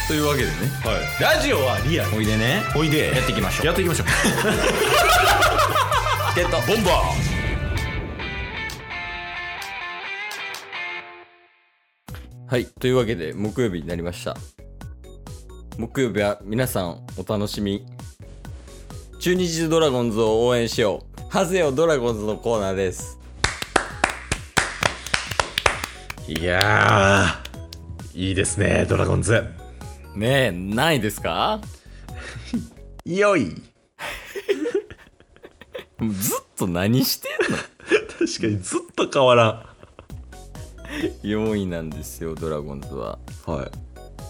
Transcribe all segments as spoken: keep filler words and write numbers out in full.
というわけでね、 はい、ラジオはリアル。 おいでね、 おいでやっていきましょう。 やっていきましょうゲットボンバー。はい、というわけで木曜日になりました。木曜日は皆さんお楽しみ、中日ドラゴンズを応援しよう、ハゼよドラゴンズのコーナーです。 ー。いやー、いいですね、ドラゴンズ。 ねえ、ないですか？ よいもうずっと何してんの？ 確かにずっと変わらん。 よんいなんですよ、ドラゴンズは。 はい。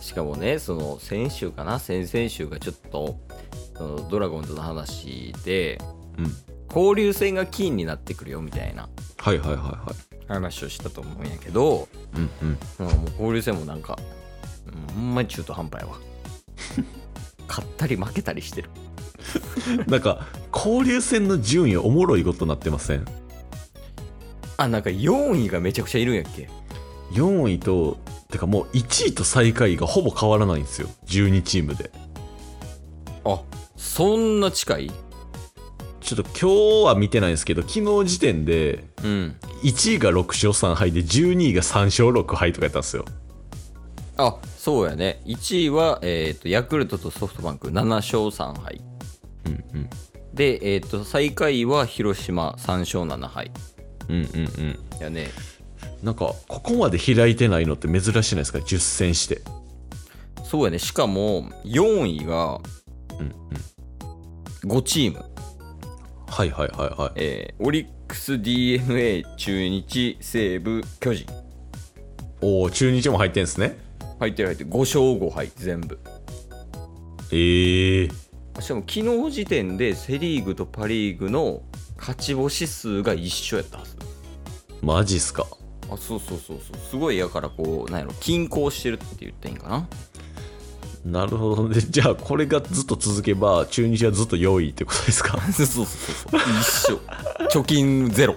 しかもね、その先週かな、先々週がちょっとそのドラゴンズの話で、 うん、 交流戦がキーになってくるよみたいなはいはいはいはい話をしたと思うんやけど、 うんうんもう交流戦もなんかほんまに中途半端やわ。勝ったり負けたりしてる。 なんか交流戦の順位おもろいことなってません？ あ、なんかよんいがめちゃくちゃいるんやっけ？ よんいとてかもういちいと最下位がほぼ変わらないんですよ、じゅうにチームで。 あ、そんな近い？ ちょっと今日は見てないんですけど、昨日時点でうんいちいがろくしょうさんはいでじゅうにいがさんしょうろくはいとかやったんですよ。 あ、そうやね。いちいは、えー、とヤクルトとソフトバンクななしょうさんはい、 うんうんで、えー、と最下位は広島さんしょうななはいうんうんうんやね。 なんかここまで開いてないのって珍しいないですか、じゅっせんして。 そうやね。しかもよんいがうんうんごチーム、 はいはいはいはい。 えー、オリックス ディーエヌエー 中日西武巨人おお、中日も入ってんすね。 入ってる入ってる、ごしょうごはい全部。 ええー、 しかも昨日時点でセリーグとパリーグの勝ち星数が一緒やったはず。 マジっすか。 あ、そうそうそうそう、すごいやからこうなんやろ、均衡してるって言ったらいいんかな。 なるほどね。じゃあこれがずっと続けば中日はずっとよいってことですか？ そうそうそうそう、一緒。貯金ゼロ。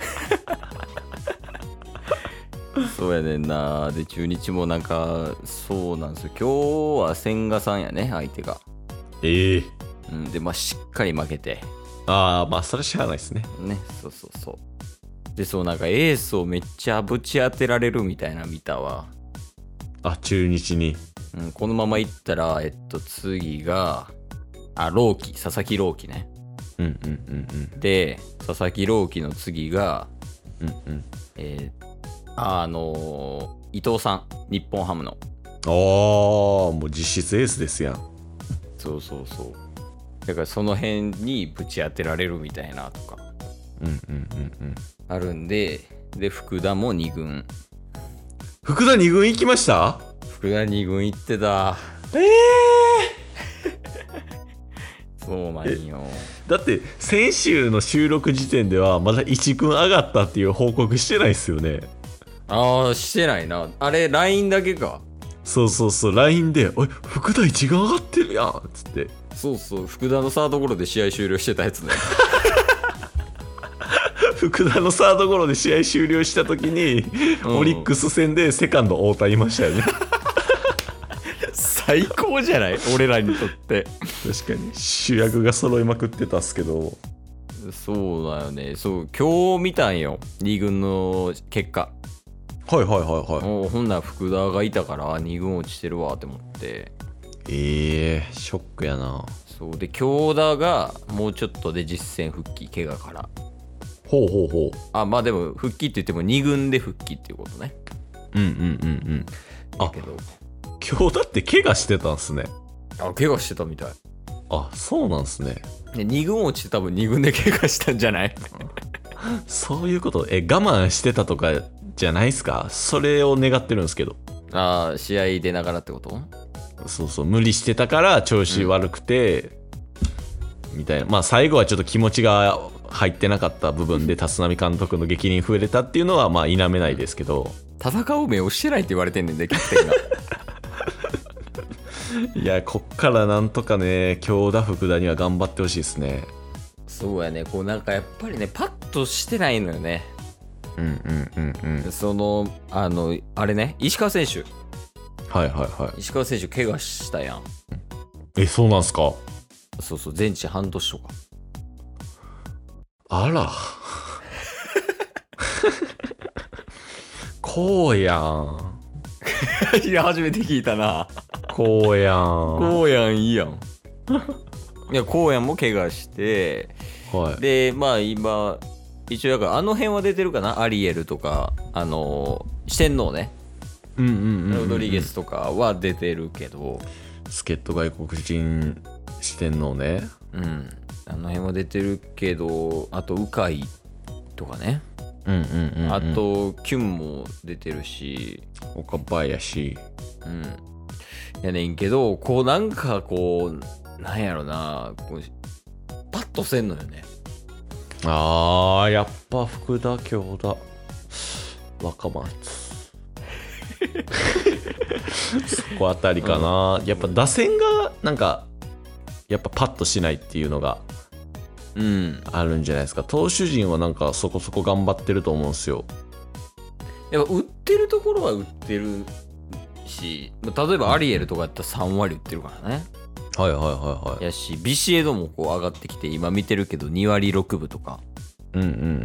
そうやねんな。で中日もなんかそうなんですよ、今日は千賀さんやね相手が。 ええー、 うん、でまあしっかり負けてああ、まあそれしゃあないですね。 ね。そうそうそう。でそう、なんかエースをめっちゃぶち当てられるみたいな見たわ。 あ、中日に。 うん、このままいったらえっと次があ朗希、佐々木朗希ね。 うんうんうんうんで佐々木朗希の次がうんうん。 えー、あのー、伊藤さん、日本ハムの。 ああ、もう実質エースですやん。 そうそうそう。だからその辺にぶち当てられるみたいなとかうんうんうんうん。 あるんで、で福田もに軍。 福田に軍行きました？ 福田に軍行ってた。 ええー、そうなんよ。 だって先週の収録時点ではまだいち軍上がったっていう報告してないっすよね。 ああ、してないな。あれ ライン だけか。 そうそうそう、 ライン で「おい福田いち軍上がってるやん」っつって。 そうそう、福田のサードゴロで試合終了してたやつね。 福田のサードゴロで試合終了した時に、うん、オリックス戦でセカンド太田いましたよね。 最高じゃない俺らにとって。 確かに主役が揃いまくってたっすけど。 そうだよね。そう、今日見たんよ、に軍の結果。 はいはいはいはい。 もうほんなら福田がいたからに軍落ちてるわって思って。 ええー、ショックやな。 そうで、京田がもうちょっとで実戦復帰、怪我から。 ほうほうほう。 あ、まあでも復帰って言ってもに軍で復帰っていうことね。 うんうんうんうん。 だけど今日だって怪我してたんすね。 あ、怪我してたみたい。 あ、そうなんすね。 でに軍落ちて多分に軍で怪我したんじゃない？ そういうこと。え、我慢してたとかじゃないっすか？それを願ってるんですけど。 ああ、試合出ながらってこと？ そうそう、無理してたから調子悪くて、うん、みたいな。まあ最後はちょっと気持ちが入ってなかった部分で立浪監督の逆鱗増えれたっていうのはまあ否めないですけど、 戦う目をしてないって言われてんねんで、キャプテンが。 いや、こっからなんとかね、京田福田には頑張ってほしいですね。 そうやね。こうなんかやっぱりね、パッとしてないのよね。 うんうんうんうん。 そのあのあれね、石川選手はいはいはい。 石川選手怪我したやん。 え、そうなんすか？ そうそう、全治半年とか。 あら。こうやん。 いや、初めて聞いたな。 こうやん。 こうやんいいやん。いや、こうやんも怪我して、 はい。 で、まあ今、一応だからあの辺は出てるかな、アリエルとか、あのー、四天王ね、 うんうんうんうんうん、 ロドリゲスとかは出てるけど、 助っ人外国人四天王ね。 うん、あの辺は出てるけど、あと、鵜飼とかね、 うんうんうん、うん、 あと、キュンも出てるし、 岡林。 うん。やねんけど、こうなんかこう、なんやろな、こうパッとせんのよね。 あー、やっぱ福田京だ。若松。そこあたりかな、うん。やっぱ打線がなんか、やっぱパッとしないっていうのがあるんじゃないですか。投手陣はなんかそこそこ頑張ってると思うんですよ。 やっぱ売ってるところは売ってるし、例えばアリエルとかやったらさん割売ってるからね。 はいはいはいはい。 やし、ビシエドもこう上がってきて、今見てるけどに割ろくぶとか。 うんうんうんうん。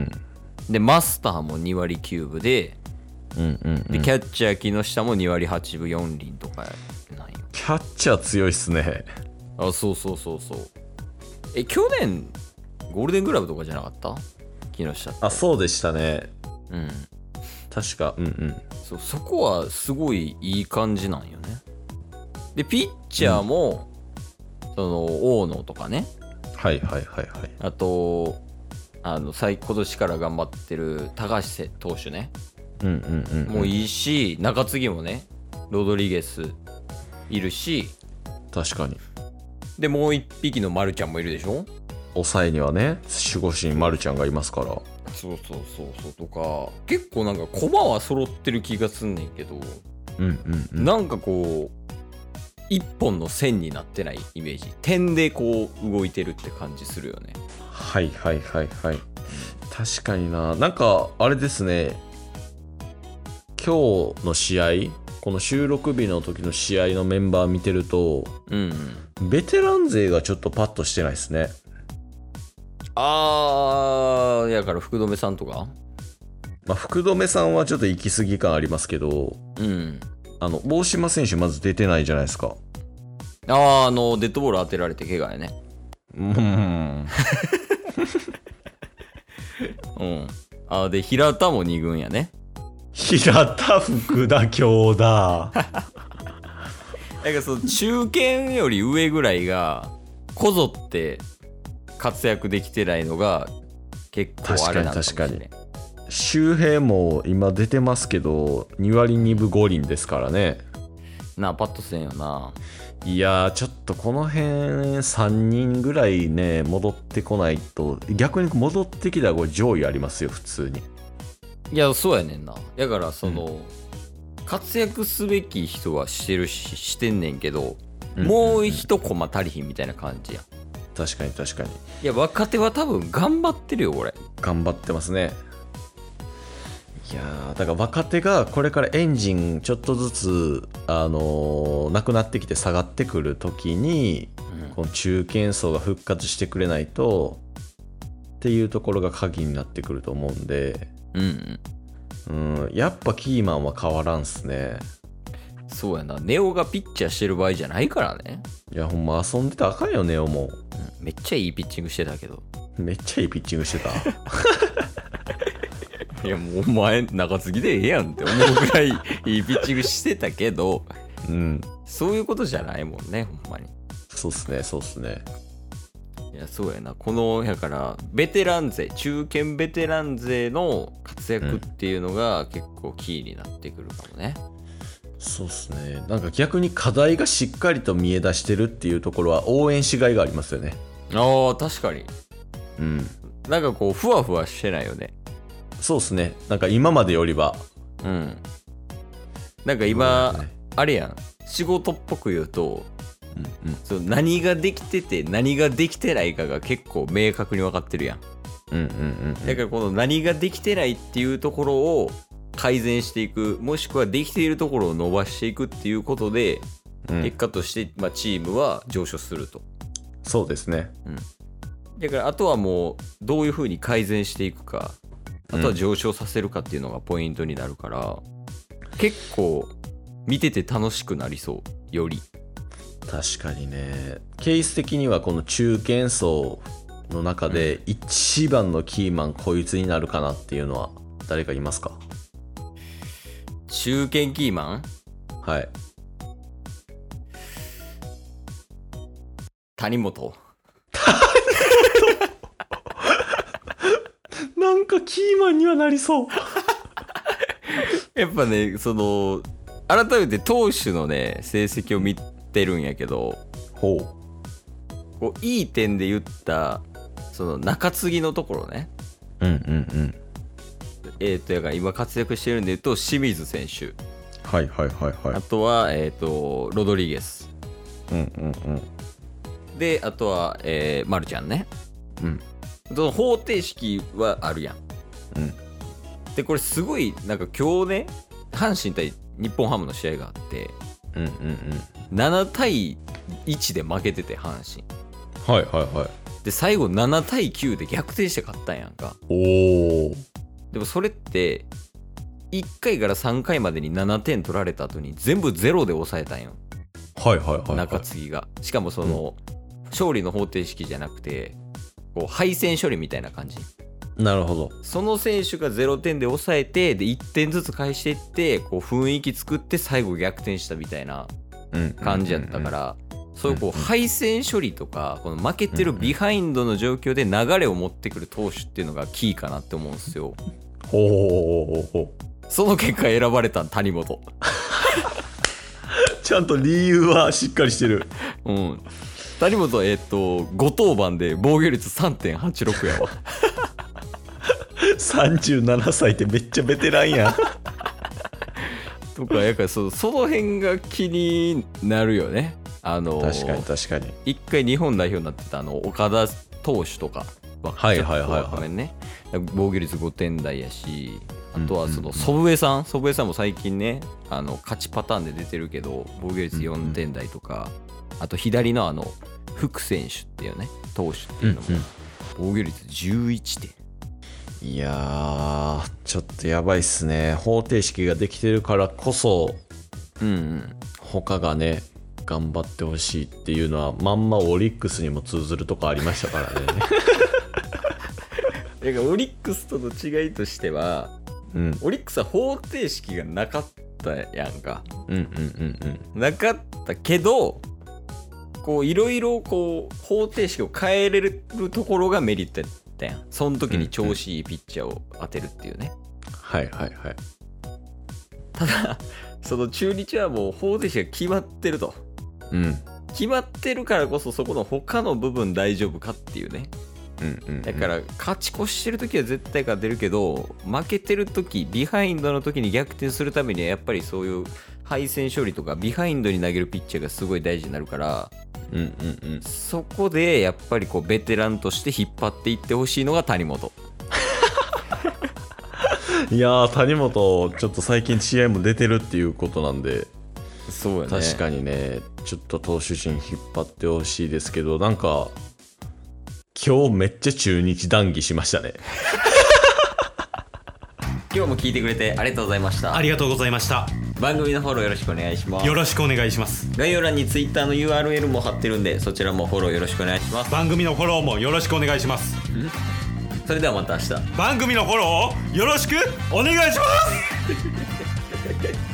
で、マスターもに割きゅうぶで、 うんうんうん、 でキャッチャー木下もに割はちぶよん厘とかなんよ。 キャッチャー強いっすね。 あ、そうそうそうそう。え、去年ゴールデングラブとかじゃなかった木下って。 あ、そうでしたね。 うん。 確か、うんうん。 そ, そこはすごいいい感じなんよね。で、ピッチャーも、うん、その大野とかね。 はいはいはいはい。 あと、あの最今年から頑張ってる高橋投手ね。 うんうんうん、うん。 もういいし、中継ぎもね、ロドリゲスいるし。 確かに。 で、もう一匹のマルちゃんもいるでしょ。 抑えにはね、守護神マルちゃんがいますから。 そうそうそうそうとか、結構なんか駒は揃ってる気がすんねんけど、 うんうんうん、 なんかこう一本の線になってないイメージ、点でこう動いてるって感じするよね。 はいはいはいはい、確かにな。なんかあれですね、今日の試合、この収録日の時の試合のメンバー見てると、 うんうん、 ベテラン勢がちょっとパッとしてないですね。 あー、やから福留さんとか、 まあ、福留さんはちょっと行き過ぎ感ありますけど、 うん、 あの大島選手まず出てないじゃないですか。 あー、あのデッドボール当てられて怪我やね。 うんうん。あ、で平田もに軍やね。 平田福田京だ。 だからその中堅より上ぐらいがこぞって活躍できてないのが結構あれなんかもしれない。確かに確かに。周平も今出てますけどに割にぶご厘ですからね。 なあ、パッとせんよな。 いやー、ちょっとこの辺さんにんぐらいね戻ってこないと、逆に戻ってきたらこれ上位ありますよ普通に。 いや、そうやねんな。だからその、うん、活躍すべき人はしてるししてんねんけど、うんうんうん、もう一コマ足りひんみたいな感じや。 確かに確かに。 いや、若手は多分頑張ってるよこれ。 頑張ってますね。いやー、だから若手がこれからエンジンちょっとずつ、あのー、なくなってきて下がってくる時に、うん、この中堅層が復活してくれないとっていうところが鍵になってくると思うんで、 うんうん、やっぱキーマンは変わらんっすね。 そうやな。ネオがピッチャーしてる場合じゃないからね。 いや、ほんま遊んでたらあかんよネオも、 うん、めっちゃいいピッチングしてたけど。 めっちゃいいピッチングしてた。 いや、もうお前中継ぎでええやんって思うぐらいいいピッチングしてたけど、 うん、 そういうことじゃないもんね、ほんまに。 そうっすねそうっすね。 いや、そうやな。このやからベテラン勢、中堅ベテラン勢の活躍っていうのが結構キーになってくるかもね。 うん、そうっすね。なんか逆に課題がしっかりと見え出してるっていうところは応援しがいがありますよね。ああ、確かに。 うん。 なんかこうふわふわしてないよね。 そうっすね。なんか今までよりは。 うん。なんか今、ね、あれやん。仕事っぽく言うと、うんうん、そう何ができてて何ができてないかが結構明確に分かってるやん。 うんうんうんうん、 だからこの何ができてないっていうところを改善していく、もしくはできているところを伸ばしていくっていうことで、うん、結果として、まあ、チームは上昇すると。 そうですね、 うん、だからあとはもうどういう風に改善していくか、あとは上昇させるかっていうのがポイントになるから、うん、結構見てて楽しくなりそうより。 確かにね。ケース的にはこの中堅層の中で一番のキーマンこいつになるかなっていうのは誰かいますか？ 中堅キーマン？ はい。 谷本。 なんかキーマンにはなりそう。 やっぱね、その改めて投手のね成績を見てるんやけど、 ほう。 こういい点で言ったその中継ぎのところね。 うんうんうん。 えっとだから今活躍してるんで言うと清水選手。 はいはいはいはい。 あとはえっとロドリゲス。 うんうんうん。 であとは、えー、マルちゃんね。 うん。 その方程式はあるやん。 うん。 でこれすごいなんか今日ね阪神対日本ハムの試合があって、 うんうんうん、 ななたいいちで負けてて阪神。 はいはいはい。 で最後ななたいきゅうで逆転して勝ったんやんか。 おー。 でもそれっていっかいからさんかいまでにななてん取られた後に全部ゼロで抑えたんよ。 はいはいはい、はい、 中継ぎが。しかもその、うん、勝利の方程式じゃなくてこう敗戦処理みたいな感じ。 なるほど。 その選手がゼロてんで抑えてでいってんずつ返していってこう雰囲気作って最後逆転したみたいな感じやったから、そういうこう敗戦処理とかこの負けてるビハインドの状況で流れを持ってくる投手っていうのがキーかなって思うんですよ。 ほうほうほうほう。 その結果選ばれた谷本。 ちゃんと理由はしっかりしてる。 うん。谷本えっとご登板で防御率 さんてんはちろく やわ。 さんじゅうななさいってめっちゃベテランやん。 とかやからそその辺が気になるよね。あの確かに確かに。 一回日本代表になってたあの岡田投手とかははいはいはいはい。 ごめんね。防御率ごてん台やし、あとはその祖父江さん、祖父江さんも最近ねあの勝ちパターンで出てるけど防御率よんてん台とか、うんうん、あと左のあの福選手っていうね投手っていうのも防御率じゅういってん。 いやーちょっとやばいっすね。方程式ができてるからこそ、 うんうん、 他がね頑張ってほしいっていうのはまんまオリックスにも通ずるとこありましたからね。 だからオリックスとの違いとしては、うん、オリックスは方程式がなかったやんか。 うんうんうんうん。なかったけどこういろいろこう方程式を変えれるところがメリットやったやん。その時に調子いいピッチャーを当てるっていうね、 うんうん、はいはいはい。 ただその中日はもう方程式が決まってると、 うん、 決まってるからこそそこの他の部分大丈夫かっていうね、 うんうんうん、 だから勝ち越してる時は絶対勝てるけど負けてる時ビハインドの時に逆転するためにはやっぱりそういう敗戦処理とかビハインドに投げるピッチャーがすごい大事になるから、 うんうんうん、 そこでやっぱりこうベテランとして引っ張っていってほしいのが谷本。 いやー谷本ちょっと最近試合も出てるっていうことなんで、 そうやね、 確かにねちょっと投手陣引っ張ってほしいですけど、なんか今日めっちゃ中日談義しましたね。 今日も聞いてくれてありがとうございました。 ありがとうございました。 番組のフォローよろしくお願いします。 よろしくお願いします。 概要欄に Twitter の ユーアールエル も貼ってるんでそちらもフォローよろしくお願いします。 番組のフォローもよろしくお願いします。 それではまた明日番組のフォローをよろしくお願いします。